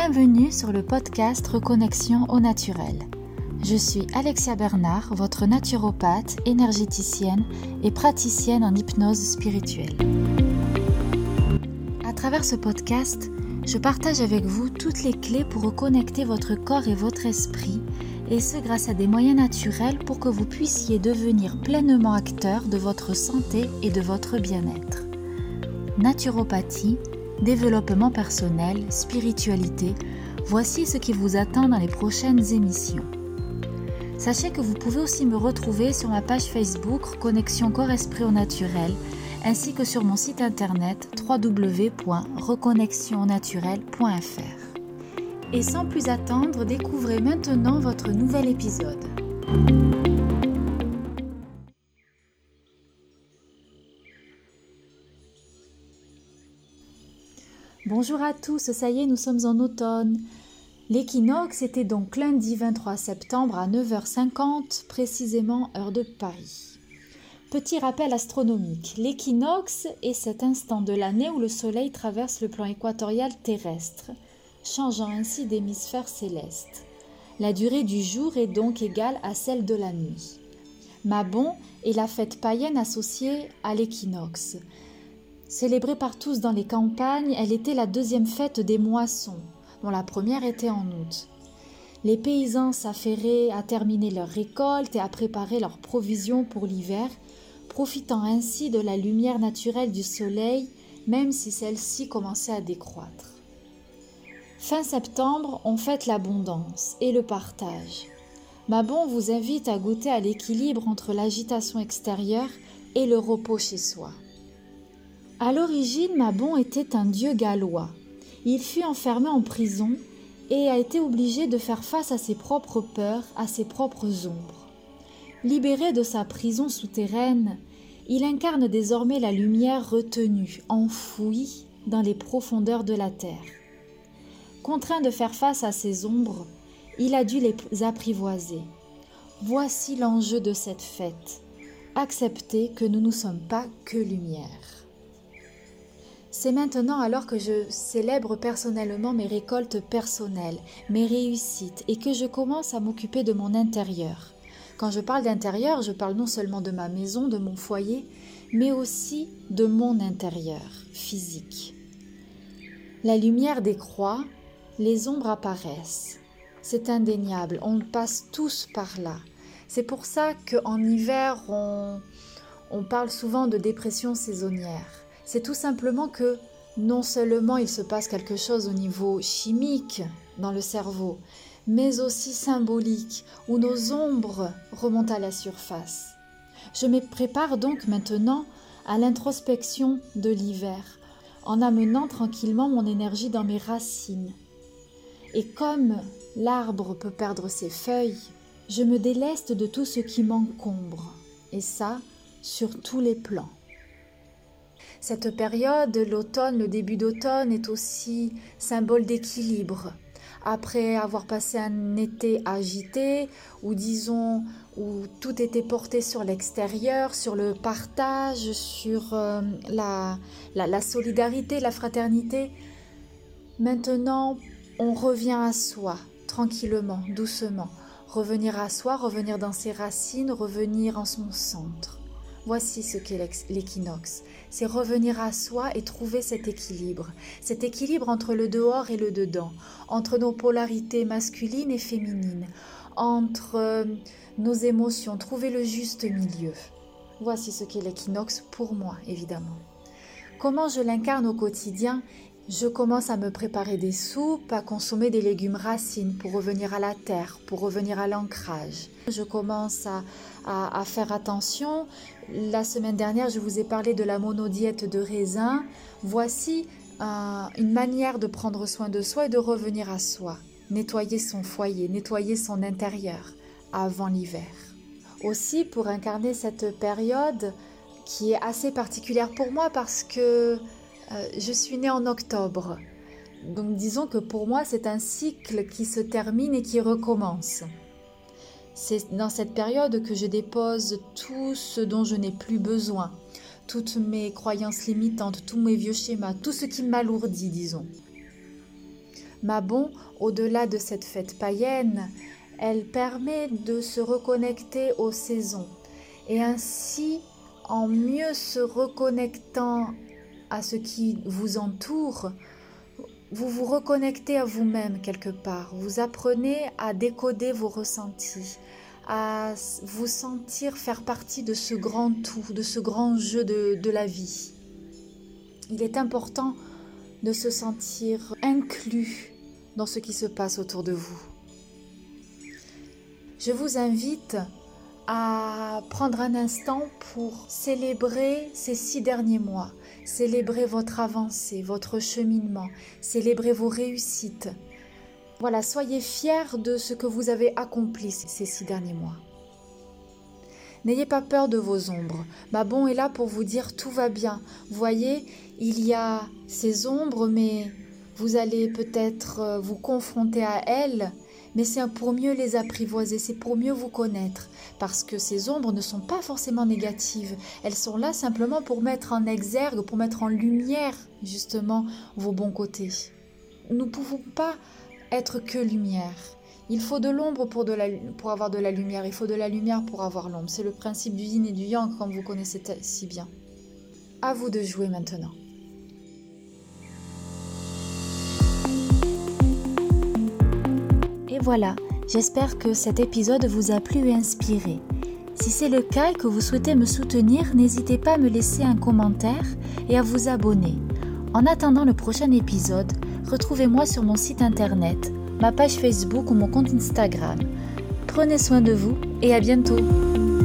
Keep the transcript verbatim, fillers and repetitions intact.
Bienvenue sur le podcast Reconnexion au naturel. Je suis Alexia Bernard, votre naturopathe, énergéticienne et praticienne en hypnose spirituelle. À travers ce podcast, je partage avec vous toutes les clés pour reconnecter votre corps et votre esprit, et ce grâce à des moyens naturels pour que vous puissiez devenir pleinement acteur de votre santé et de votre bien-être. Naturopathie, développement personnel, spiritualité, voici ce qui vous attend dans les prochaines émissions. Sachez que vous pouvez aussi me retrouver sur ma page Facebook Connexion Corps-Esprit au Naturel, ainsi que sur mon site internet w w w point reconnexion au naturel point f r. Et sans plus attendre, découvrez maintenant votre nouvel épisode. Bonjour à tous, ça y est, nous sommes en automne. L'équinoxe était donc lundi vingt-trois septembre à neuf heures cinquante, précisément heure de Paris. Petit rappel astronomique, l'équinoxe est cet instant de l'année où le soleil traverse le plan équatorial terrestre, changeant ainsi d'hémisphère céleste. La durée du jour est donc égale à celle de la nuit. Mabon est la fête païenne associée à l'équinoxe. Célébrée par tous dans les campagnes, elle était la deuxième fête des moissons, dont la première était en août. Les paysans s'affairaient à terminer leurs récoltes et à préparer leurs provisions pour l'hiver, profitant ainsi de la lumière naturelle du soleil, même si celle-ci commençait à décroître. Fin septembre, on fête l'abondance et le partage. Mabon vous invite à goûter à l'équilibre entre l'agitation extérieure et le repos chez soi. À l'origine, Mabon était un dieu gallois. Il fut enfermé en prison et a été obligé de faire face à ses propres peurs, à ses propres ombres. Libéré de sa prison souterraine, il incarne désormais la lumière retenue, enfouie dans les profondeurs de la terre. Contraint de faire face à ces ombres, il a dû les apprivoiser. Voici l'enjeu de cette fête. Accepter que nous ne sommes pas que lumière. C'est maintenant alors que je célèbre personnellement mes récoltes personnelles, mes réussites et que je commence à m'occuper de mon intérieur. Quand je parle d'intérieur, je parle non seulement de ma maison, de mon foyer, mais aussi de mon intérieur physique. La lumière décroît, les ombres apparaissent. C'est indéniable, on passe tous par là. C'est pour ça qu'en hiver, on, on parle souvent de dépression saisonnière. C'est tout simplement que non seulement il se passe quelque chose au niveau chimique dans le cerveau, mais aussi symbolique, où nos ombres remontent à la surface. Je me prépare donc maintenant à l'introspection de l'hiver, en amenant tranquillement mon énergie dans mes racines. Et comme l'arbre peut perdre ses feuilles, je me déleste de tout ce qui m'encombre, et ça, sur tous les plans. Cette période, l'automne, le début d'automne, est aussi symbole d'équilibre. Après avoir passé un été agité, où disons, où tout était porté sur l'extérieur, sur le partage, sur euh, la, la, la solidarité, la fraternité, maintenant on revient à soi, tranquillement, doucement. Revenir à soi, revenir dans ses racines, revenir en son centre. Voici ce qu'est l'équinoxe, c'est revenir à soi et trouver cet équilibre, cet équilibre entre le dehors et le dedans, entre nos polarités masculines et féminines, entre euh, nos émotions, trouver le juste milieu. Voici ce qu'est l'équinoxe pour moi, évidemment. Comment je l'incarne au quotidien ? Je commence à me préparer des soupes, à consommer des légumes racines pour revenir à la terre, pour revenir à l'ancrage. Je commence à, à, à faire attention. La semaine dernière, je vous ai parlé de la monodiète de raisin. Voici euh, une manière de prendre soin de soi et de revenir à soi. Nettoyer son foyer, nettoyer son intérieur avant l'hiver. Aussi, pour incarner cette période qui est assez particulière pour moi parce que Euh, je suis née en octobre, donc disons que pour moi c'est un cycle qui se termine et qui recommence. C'est dans cette période que je dépose tout ce dont je n'ai plus besoin, toutes mes croyances limitantes, tous mes vieux schémas, tout ce qui m'alourdit, disons. Mabon, au-delà de cette fête païenne, elle permet de se reconnecter aux saisons. Et ainsi, en mieux se reconnectant à ce qui vous entoure, vous vous reconnectez à vous-même quelque part. Vous apprenez à décoder vos ressentis, à vous sentir faire partie de ce grand tout, de ce grand jeu de, de la vie. Il est important de se sentir inclus dans ce qui se passe autour de vous. Je vous invite à prendre un instant pour célébrer ces six derniers mois, célébrer votre avancée, votre cheminement, célébrer vos réussites. Voilà, soyez fiers de ce que vous avez accompli ces six derniers mois. N'ayez pas peur de vos ombres. Mabon est là pour vous dire tout va bien. Vous voyez, il y a ces ombres, mais vous allez peut-être vous confronter à elles, mais c'est pour mieux les apprivoiser, c'est pour mieux vous connaître. Parce que ces ombres ne sont pas forcément négatives. Elles sont là simplement pour mettre en exergue, pour mettre en lumière justement vos bons côtés. Nous ne pouvons pas être que lumière. Il faut de l'ombre pour, de la, pour avoir de la lumière. Il faut de la lumière pour avoir l'ombre. C'est le principe du yin et du yang, comme vous connaissez si bien. À vous de jouer maintenant. Et voilà, j'espère que cet épisode vous a plu et inspiré. Si c'est le cas et que vous souhaitez me soutenir, n'hésitez pas à me laisser un commentaire et à vous abonner. En attendant le prochain épisode, retrouvez-moi sur mon site internet, ma page Facebook ou mon compte Instagram. Prenez soin de vous et à bientôt.